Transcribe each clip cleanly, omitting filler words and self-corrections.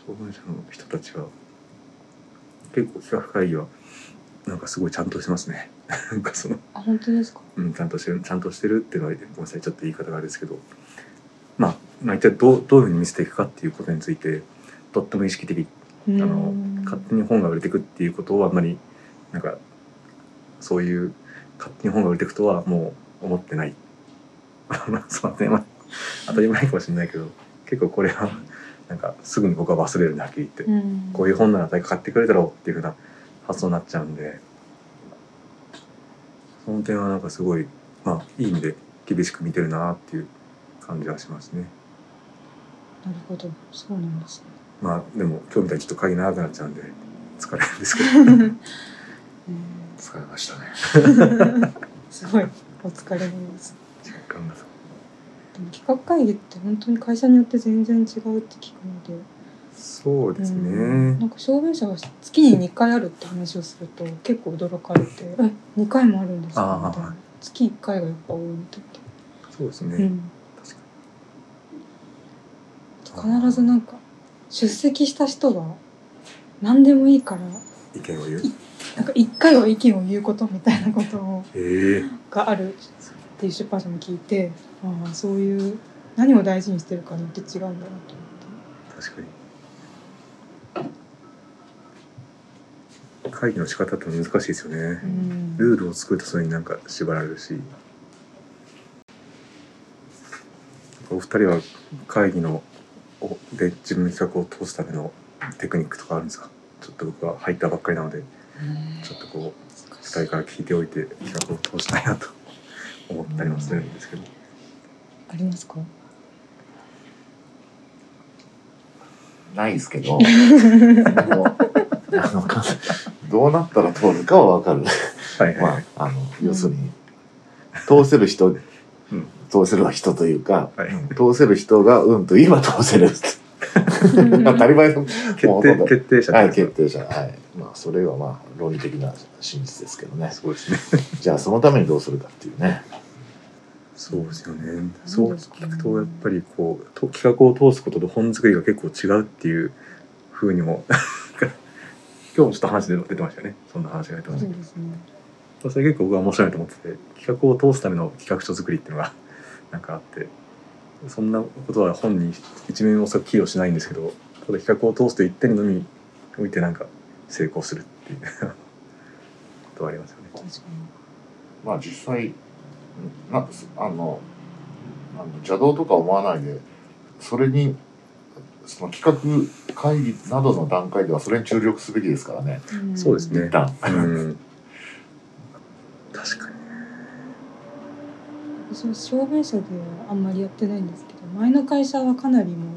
障害者の人たちは結構企画会議はなんかすごいちゃんとしてますねなんかその本当ですか？ ちゃんとしてるっていうのはごめんなさいちょっと言い方があれですけど、まあ一体どういうふうに見せていくかっていうことについてとっても意識的勝手に本が売れていくっていうことをあんまりなんかそういう勝手に本が売れていくとはもう思ってないそうね、まあ、当たり前かもしれないけど結構これはなんかすぐに僕は忘れるんだはっきり言って、こういう本なら誰か買ってくれるだろうっていうふうな発想になっちゃうんで、その点はなんかすごいまあいい意味で厳しく見てるなっていう感じはしますね。 なるほど、そうなんですね。 まあでも今日みたいにちょっと会議長くなっちゃうんで疲れるんですけど疲れましたねすごいお疲れ様です。 若干だとでも企画会議って本当に会社によって全然違うって聞くので、 そうですね、 なんか証明者が月に2回あるって話をすると結構驚かれて2回もあるんですかみたいな、月1回がやっぱ多いみたいで、 そうですね、 確かに必ずなんか出席した人が何でもいいから意見を言うなんか1回は意見を言うことみたいなことをがあるっていう出版社も聞いて、そういう何を大事にしてるかによって違うんだなと思って。 確かに会議の仕方って難しいですよね、ルールを作るとそれになんか縛られるし、お二人は会議ので自分の企画を通すためのテクニックとかあるんですか？ちょっと僕は入ったばっかりなのでちょっとこう二人から聞いておいて企画を通したいなと思ったりもするんですけど、 ありますか？ ないですけどどうなったら通るかは分かるまあ要するに通せる人、通せる人というか、通せる人がと言えば通せる当たり前の決定者決定者、まあそれはまあ論理的な真実ですけどね。 そうですねじゃあそのためにどうするかっていうね。そうですよね。そう聞くとやっぱりこう企画を通すことと本作りが結構違うっていう風にも今日もちょっと話で出てましたよね。そんな話が出てましたけど、それ結構僕は面白いと思ってて、企画を通すための企画書作りっていうのがなんかあって、そんなことは本に一面を寄与しないんですけど、ただ企画を通すと一点のみおいてなんか成功するっていうことはありますよね。 確かに。 まあ実際邪道とか思わないで、それにその企画会議などの段階ではそれに注力すべきですからね。 そうですね。 確かに。 私は証明者ではあんまりやってないんですけど、前の会社はかなりも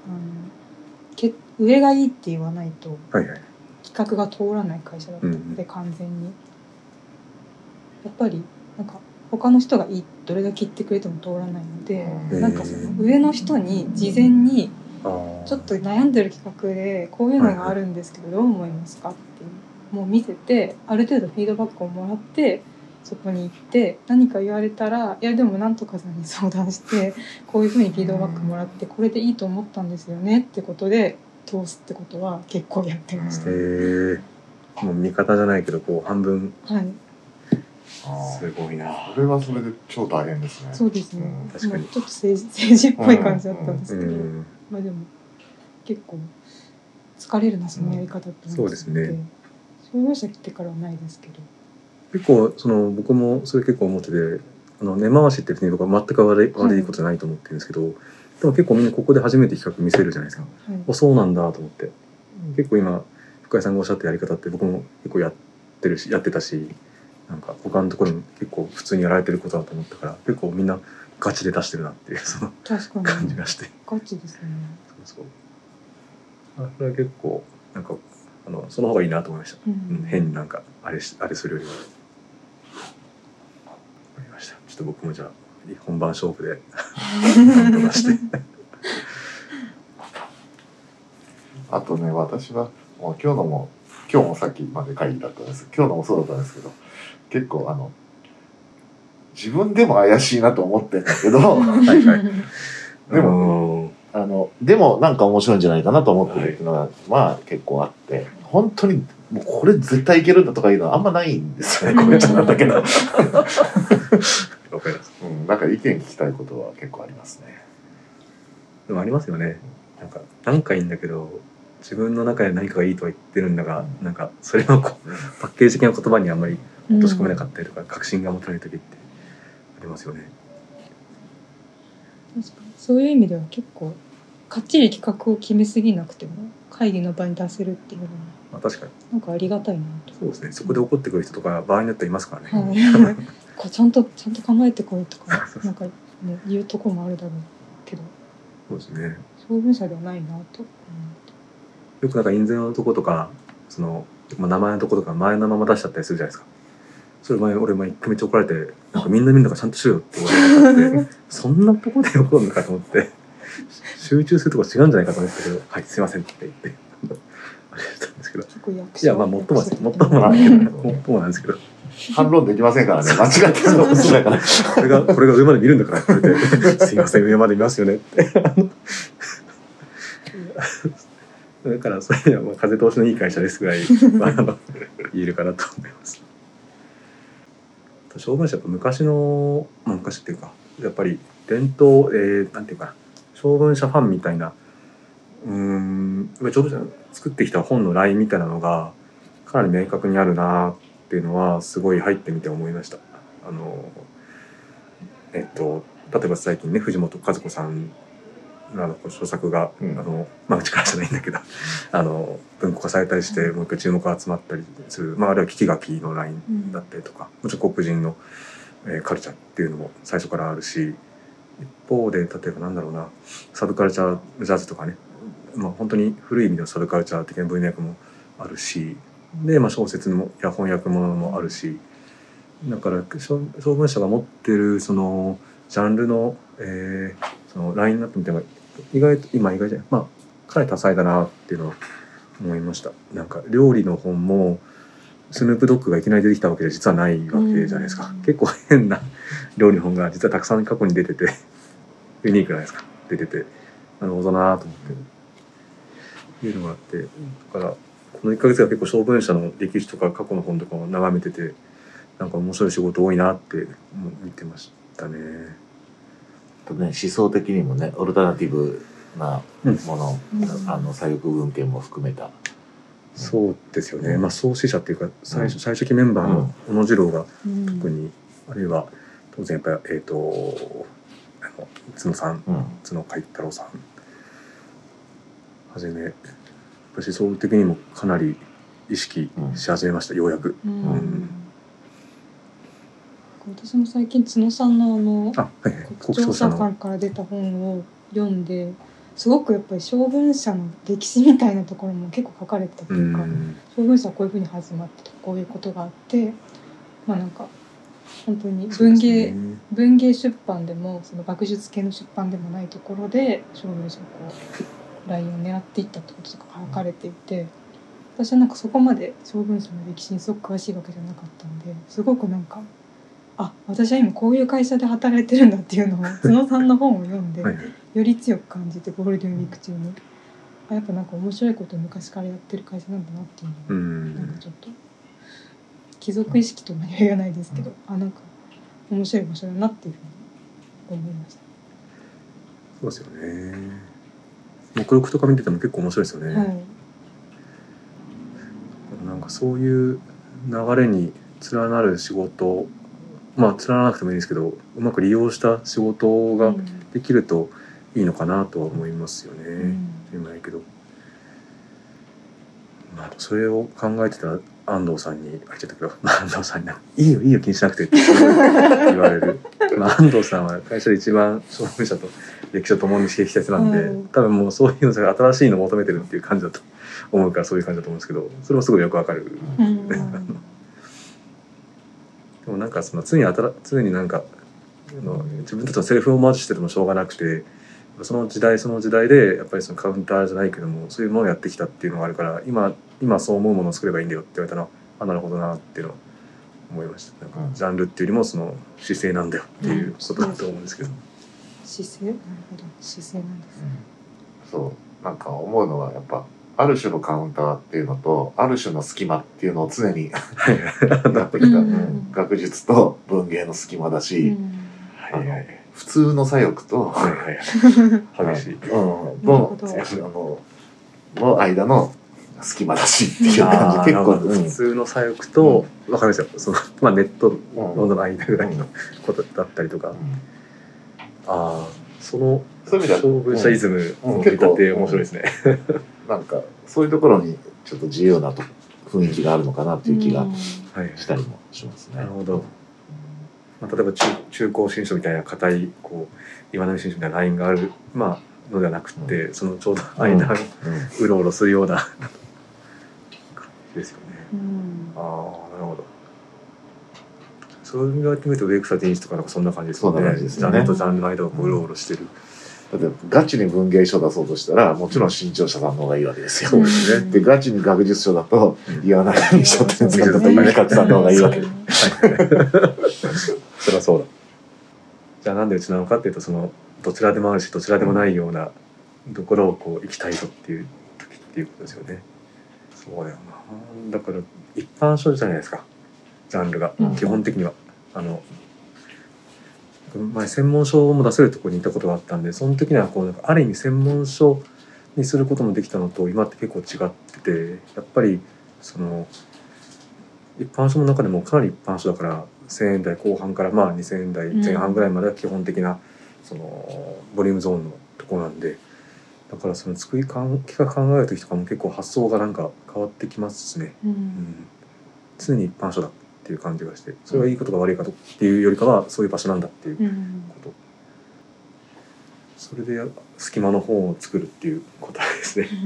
上がいいって言わないと企画が通らない会社だったので、完全にやっぱりなんか他の人がどれだけ言ってくれても通らないので、なんかその上の人に事前にちょっと悩んでる企画でこういうのがあるんですけどどう思いますかっていうもう見せて、ある程度フィードバックをもらってそこに行って、何か言われたらいやでもなんとかさんに相談してこういうふうにフィードバックもらってこれでいいと思ったんですよねってことで通すってことは結構やってました。 もう味方じゃないけどこう半分。すごいな。 それはそれで超大変ですね。 そうですね。確かにちょっと政治っぽい感じだったんですけど、まあでも結構疲れるなそのやり方って思って、 そうですね。 証明者来てからはないですけど。 結構僕もそれ結構思ってて、根回しって別に僕は全く悪いことじゃないと思ってるんですけど、でも結構みんなここで初めて企画見せるじゃないですか。そうなんだと思って、結構今深井さんがおっしゃったやり方って僕も結構やってたし、なんか他のところに結構普通にやられてることだと思ったから、結構みんなガチで出してるなっていうその感じがして。 ガチですね。 そう。それは結構なんかその方がいいなと思いました。変になんかあれするよりは。わかりました。ちょっと僕もじゃあ本番勝負でなんとかして。 あとね、私はもう今日もさっきまで会議だったんですけど、今日のもそうだったんですけど、結構自分でも怪しいなと思ってんだけどでもでもなんか面白いんじゃないかなと思ってるっていうのが、まあ結構あって、本当にもうこれ絶対いけるんだとかいうのはあんまないんですよね、こういっちゃなんだけど。なんか意見聞きたいことは結構ありますね。 でもありますよね。なんかいいんだけど、自分の中で何かがいいとは言ってるんだが、なんかそれをパッケージ的な言葉にあんまり落とし込めなかったりとか、確信が持たれる時ってありますよね。 確かにそういう意味では結構かっちり企画を決めすぎなくても会議の場に出せるっていうのも確かになんかありがたいなと。 そうですね。そこで怒ってくる人とか場合によってはいますからね。 はい、こうちゃんと考えてこいとかなんか、ね、言うとこもあるだろうけど、 そうですね。 証文者ではないなと。 よくなんか印税のとことか名前のとことか前のまま出しちゃったりするじゃないですか。それ俺も一回めっちゃ怒られて、なんかみんな見るのがちゃんとしろよって言われてそんなとこで怒るのかと思って集中するとこ違うんじゃないかと思ったけど、はいすいませんって言ってあれだったんですけど、いやまあもっともなんですけど反論できませんからね、間違ってるのもそうだからこれが上まで見るんだからって言われてすいません上まで見ますよねってだからそういうのは風通しのいい会社ですぐらい言えるかなと思います。証文社って昔っていうかやっぱり伝統、なんていうかな、証文社ファンみたいな証文社作ってきた本のラインみたいなのがかなり明確にあるなっていうのはすごい入ってみて思いました。例えば最近ね藤本和子さんの著作が、うちからじゃないんだけど文庫化されたりしてもう一回注目が集まったりする、あるいは聞き書きのラインだったりとか、もちろん黒人の、カルチャーっていうのも最初からあるし、一方で例えばなんだろうな、サブカルチャージャズとかね、本当に古い意味でのサブカルチャー的な分野もあるし、で、小説や翻訳ものもあるし、だから証文社が持ってるそのジャンルの、そのラインナップみたいなのが意外じゃない、かなり多彩だなっていうのを思いました。なんか料理の本もスヌープドッグがいきなり出てきたわけで実はないわけじゃないですか。結構変な料理の本が実はたくさん過去に出ててユニークじゃないですか。出ててなるほどなと思っていうのがあって、だからこの1ヶ月が結構証文社の歴史とか過去の本とかを眺めてて、なんか面白い仕事多いなって見てましたね。 思想的にもね、オルタナティブなもの、左翼文献も含めた。 そうですよね。創始者っていうか最初期メンバーの小野次郎が特に、あるいは当然やっぱり角さん、角海太郎さんはじめ、思想的にもかなり意識し始めました、ようやく。 私も最近角さんの国調査官から出た本を読んで、すごくやっぱり証文社の歴史みたいなところも結構書かれてたというか、証文社はこういうふうに始まってこういうことがあって、なんか本当に文芸出版でもその学術系の出版でもないところで証文社のラインを狙っていったってこととか書かれていて、私はなんかそこまで証文社の歴史にすごく詳しいわけじゃなかったんで、すごくなんか私は今こういう会社で働いてるんだっていうのを角さんの本を読んでより強く感じて、ゴールデンウィーク中にやっぱなんか面白いことを昔からやってる会社なんだなっていうのをなんかちょっと貴族意識とまでは言わないですけど、なんか面白い場所だなっていうふうに思いました。 そうですよね。目録とか見てても結構面白いですよね。なんかそういう流れに連なる仕事、連ならなくてもいいんですけど、うまく利用した仕事ができるといいのかなとは思いますよね。今ないけど、それを考えてた安藤さんに言っちゃったけど、安藤さんにいいよ気にしなくてって言われる。安藤さんは会社で一番証文社と歴史を共にしてきた人なんで、多分もうそういうの新しいのを求めてるっていう感じだと思うから、そういう感じだと思うんですけど、それもすごいよくわかる。でもなんか常になんか自分たちのセルフオマージュしててもしょうがなくて、その時代でやっぱりそのカウンターじゃないけどもそういうものをやってきたっていうのがあるから、今そう思うものを作ればいいんだよって言われたら、なるほどなっていうのを思いました。なんかジャンルっていうよりもその姿勢なんだよっていうことだと思うんですけど、 姿勢、なるほど、姿勢なんですね。 そうなんか思うのはやっぱある種のカウンターっていうのとある種の隙間っていうのを常にやってきた、学術と文芸の隙間だし、普通の左翼と激しいの間の隙間だしっていう感じ。結構普通の左翼と分かりますよ。そのネットの間ぐらいのことだったりとか、その勝負者イズムの見立て面白いですね。 なんかそういうところにちょっと自由な雰囲気があるのかなっていう気がしたりもしますね。 なるほど。例えば中高新書みたいな硬い岩波新書みたいなラインがあるのではなくて、そのちょうど間をうろうろするような感じですよね。なるほど。そう言われてみると植草天一とかなんかそんな感じですよね。ジャンルとジャンルの間をうろうろしてる。 だってガチに文芸書出そうとしたらもちろん新潮社さんの方がいいわけですよ。でガチに学術書だと岩波書店さんとかゆりかつさんの方がいいわけです。 そりゃそうだ。じゃあなんでうちなのかっていうと、そのどちらでもあるしどちらでもないようなところを行きたいぞっていう時っていうことですよね。そうだよな。だから一般書じゃないですか、ジャンルが、基本的には。前専門書も出せるところにいたことがあったんで、その時にはある意味専門書にすることもできたのと今って結構違ってて、やっぱりその一般書の中でもかなり一般書だから1000円台後半から2000円台前半ぐらいまでは基本的なそのボリュームゾーンのところなんで、だからその企画考える時とかも結構発想がなんか変わってきますしね、常に一般書だっていう感じがして、それはいいことか悪いことっていうよりかはそういう場所なんだっていうこと、それで隙間の本を作るっていうことですね。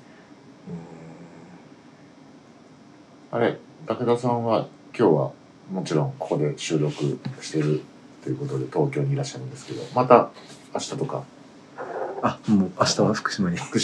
あれ武田さんは今日はもちろんここで収録してるということで東京にいらっしゃるんですけど、また明日とか。 もう明日は福島に、 はい、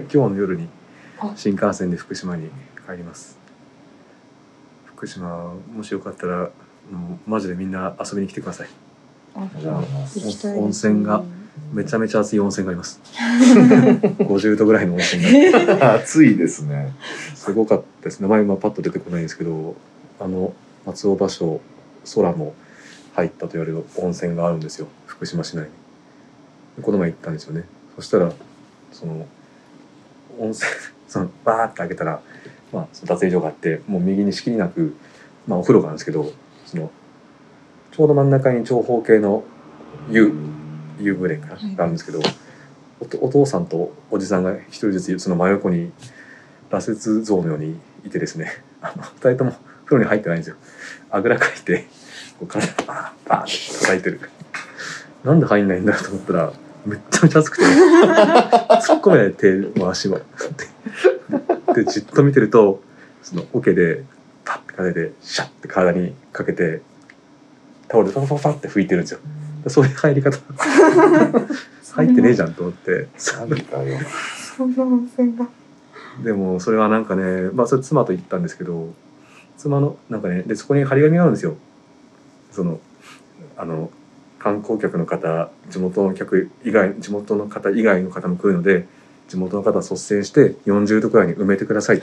今日の夜に新幹線で福島に帰ります。福島もしよかったらマジでみんな遊びに来てください。温泉がめちゃめちゃ熱い温泉があります。50度ぐらいの温泉が暑いですね。 すごかったです。名前はパッと出てこないんですけど、松尾芭蕉空も入ったと言われる温泉があるんですよ、福島市内に。この前行ったんですよね。そしたらその温泉バーって開けたら、その脱衣所があって、もう右に仕切りなく、お風呂があるんですけど、そのちょうど真ん中に長方形の湯船があるんですけど、お父さんとおじさんが一人ずつその真横に羅刹像のようにいてですね、2人とも風呂に入ってないんですよ。あぐらかいて体バーンって叩いてる。なんで入んないんだと思ったらめっちゃめちゃ熱くて突っ込めない、手も足もでじっと見てると、その桶でパッてかけてシャッて体にかけてタオルでパパパパって拭いてるんですよ。そういう入り方入ってねえじゃんと思って。 そんな温泉が。 でもそれはなんかね、それ妻と行ったんですけど、妻のなんかね、でそこに張り紙があるんですよ。その観光客の方、地元の方以外の方も来るので、地元の方は率先して40度くらいに埋めてくださいって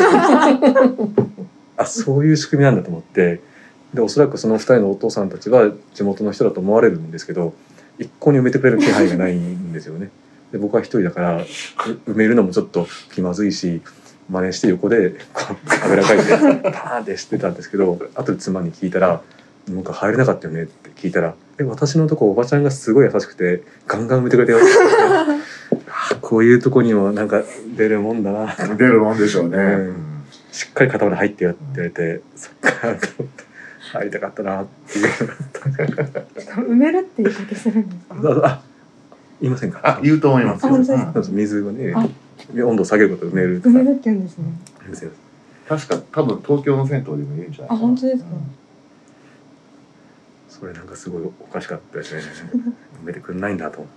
そういう仕組みなんだと思って、でおそらくその2人のお父さんたちは地元の人だと思われるんですけど、一向に埋めてくれる気配がないんですよね。で僕は一人だから埋めるのもちょっと気まずいし、真似して横であぐらかいてパーンってしてたんですけど、後で妻に聞いたら「なんか入れなかったよね」って聞いたら「私のとこおばちゃんがすごい優しくてガンガン埋めてくれたよ」って言ってこういうとこにもなんか出るもんだな。 出るもんでしょうね。 しっかり肩まで入ってよって言われて、そっかと思って。入りたかったなっていう。 埋めるって言い方するんですか？ 言いませんか？ 言うと思います。 水をね、温度を下げることを埋める。 埋めるって言うんですね。 確か多分東京の銭湯でも言うんじゃないかな。 本当ですか？ それなんかすごいおかしかったですね。埋めてくれないんだと思って。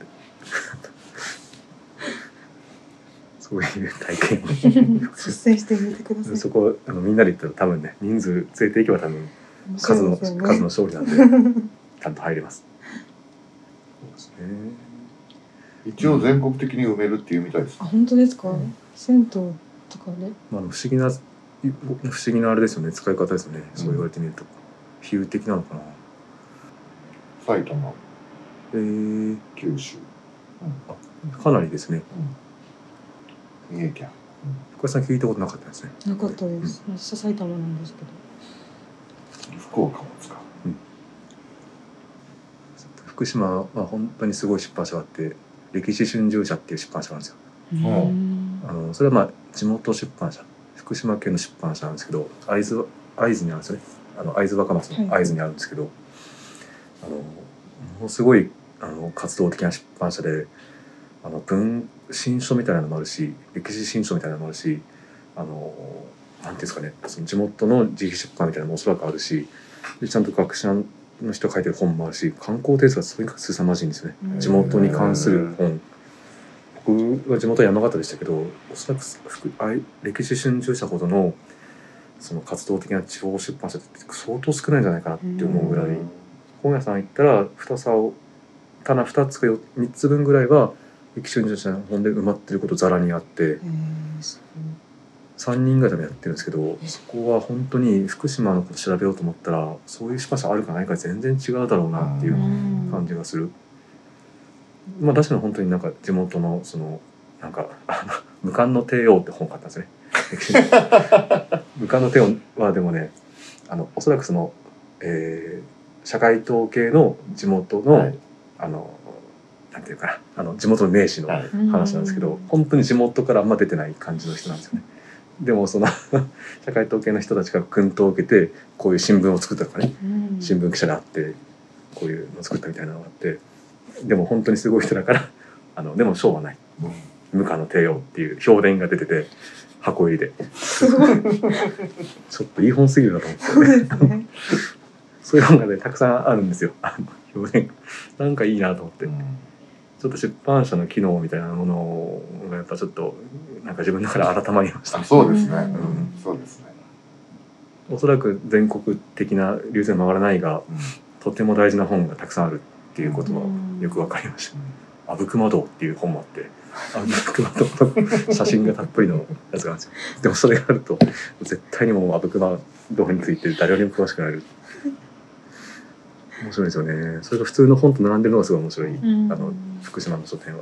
そういう体験を率先して埋めてください。 そこみんなで行ったら多分ね、人数連れていけば多分数の勝利なんでちゃんと入れます。そうですね。 一応全国的に埋めるっていうみたいです。 あ、本当ですか。銭湯とかで。 不思議なあれですよね、使い方ですよね、そう言われてみると。比喩的なのかな。 埼玉、九州、 かなりですね。 三重県。 福井さん聞いたことなかったですね。 なかったです。私埼玉なんですけど。 福岡も使う。 福島は本当にすごい出版社があって、歴史春秋社っていう出版社なんですよ。それは地元出版社、福島県の出版社なんですけど、会津にあるんですよね。会津若松の会津にあるんですけど、ものすごい活動的な出版社で、文新書みたいなのもあるし、歴史新書みたいなのもあるし、なんていうんですかね、その地元の自費出版みたいなのもおそらくあるし、でちゃんと学者の人が書いてる本もあるし、観光テイストがとにかく凄まじいんですよね。地元に関する本。僕は地元は山形でしたけど、おそらく歴史春秋社ほどのその活動的な地方出版社って相当少ないんじゃないかなって思うぐらい、本屋さん行ったら棚2つか3つ分ぐらいは歴史春秋社の本で埋まってることざらにあって、3人ぐらいでもやってるんですけど、そこは本当に福島のこと調べようと思ったら、そういう出版社あるかないか全然違うだろうなっていう感じがする。出したのは本当になんか地元のそのなんか無冠の帝王って本を買ったんですね。無冠の帝王はでもね、おそらくその、社会統計の地元の、なんていうかな、地元の名士の話なんですけど、本当に地元からあんま出てない感じの人なんですよね。でもその社会統計の人たちが薫陶を受けてこういう新聞を作ったとかね、新聞記者があってこういうのを作ったみたいなのがあって、でも本当にすごい人だからでも賞はない、無冠の帝王っていう評伝が出てて、箱入りでちょっといい本すぎるなと思ってそういう本がねたくさんあるんですよ、評伝なんかいいなと思って、ちょっと出版社の機能みたいなものがやっぱちょっとなんか自分の中で改まりました。 そうですね、そうですね。 おそらく全国的な流通は回らないが、とても大事な本がたくさんあるっていうことはよく分かりました。阿武隈堂っていう本もあって、阿武隈堂の写真がたっぷりのやつがあるんですよ。でもそれがあると絶対にもう阿武隈堂について誰よりも詳しくなれる。面白いですよね。それが普通の本と並んでるのがすごい面白い、福島の書店は。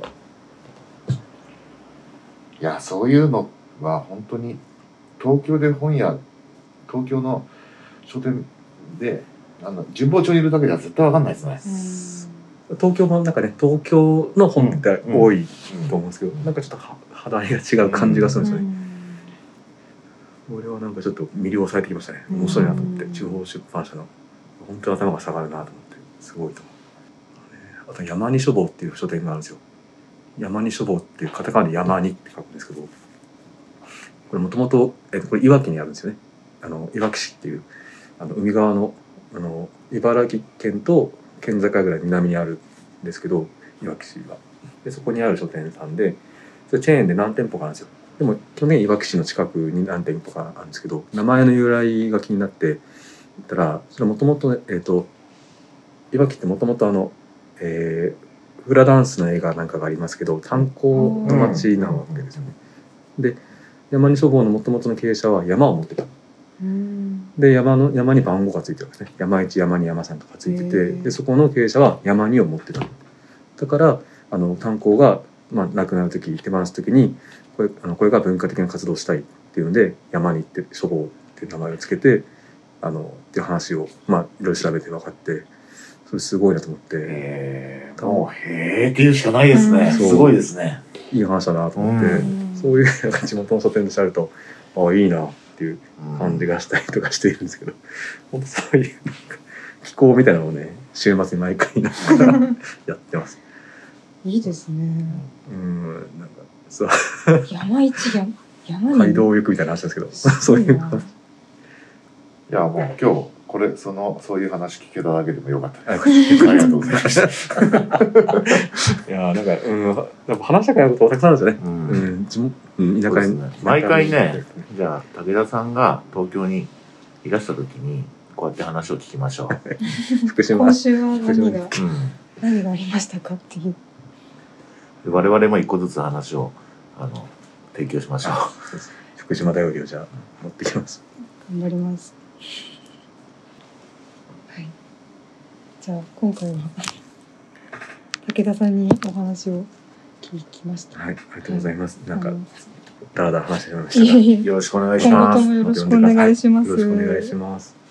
いや、そういうのは本当に東京の書店で神保町にいるだけでは絶対分かんないですね。 東京もなんかね、東京の本って多いと思うんですけど、なんかちょっと肌合いが違う感じがするんですよね。俺はなんかちょっと魅了されてきましたね。面白いなと思って、地方出版社の本当に頭が下がるなと思って、すごいと思う。あと山に書房っていう書店があるんですよ。山に書房っていうカタカナで山にって書くんですけど、これもともとこれいわきにあるんですよね。いわき市っていう海側の茨城県と県境ぐらい南にあるんですけど、いわき市は。でそこにある書店さんで、それチェーンで何店舗かあるんですよ。でも基本的にいわき市の近くに何店舗かあるんですけど、名前の由来が気になって言ったら、それもともといわきってもともとフラダンスの映画なんかがありますけど、炭鉱の町なわけですよね。で山に書房のもともとの経営者は山を持ってた。で山に番号がついてるんですね。山1、山2、山3とかついてて、でそこの経営者は山2を持ってた。だから炭鉱がなくなる時、手放す時にこれが文化的な活動をしたいっていうので山に行って書房っていう名前をつけてっていう話をいろいろ調べて分かって、それすごいなと思って。 もうへーっていうしかないですね。すごいですね。 いい話だなと思って、そういうなんか地元の書店でしゃるといいなっていう感じがしたりとかしているんですけど、本当そういうなんか気候みたいなのをね、週末に毎回なんかやってます。 いいですね。 なんかそう山に街道を行くみたいな話ですけど、そういう。 いやもう今日これそういう話聞けただけでもよかったです。ありがとうございました。 いやなんかやっぱ話したくないことたくさんあるんですよね。田舎に毎回ね、じゃあ武田さんが東京にいらした時にこうやって話を聞きましょう。 今週は何がありましたかっていう。 我々も一個ずつ話を提供しましょう。 福島だよりをじゃあ持ってきます。 頑張ります。はい。じゃあ今回は武田さんにお話を聞きました。 はい、ありがとうございます。なんかだらだら話してしまいましたが、 よろしくお願いします。 今後ともよろしくお願いします。 よろしくお願いします。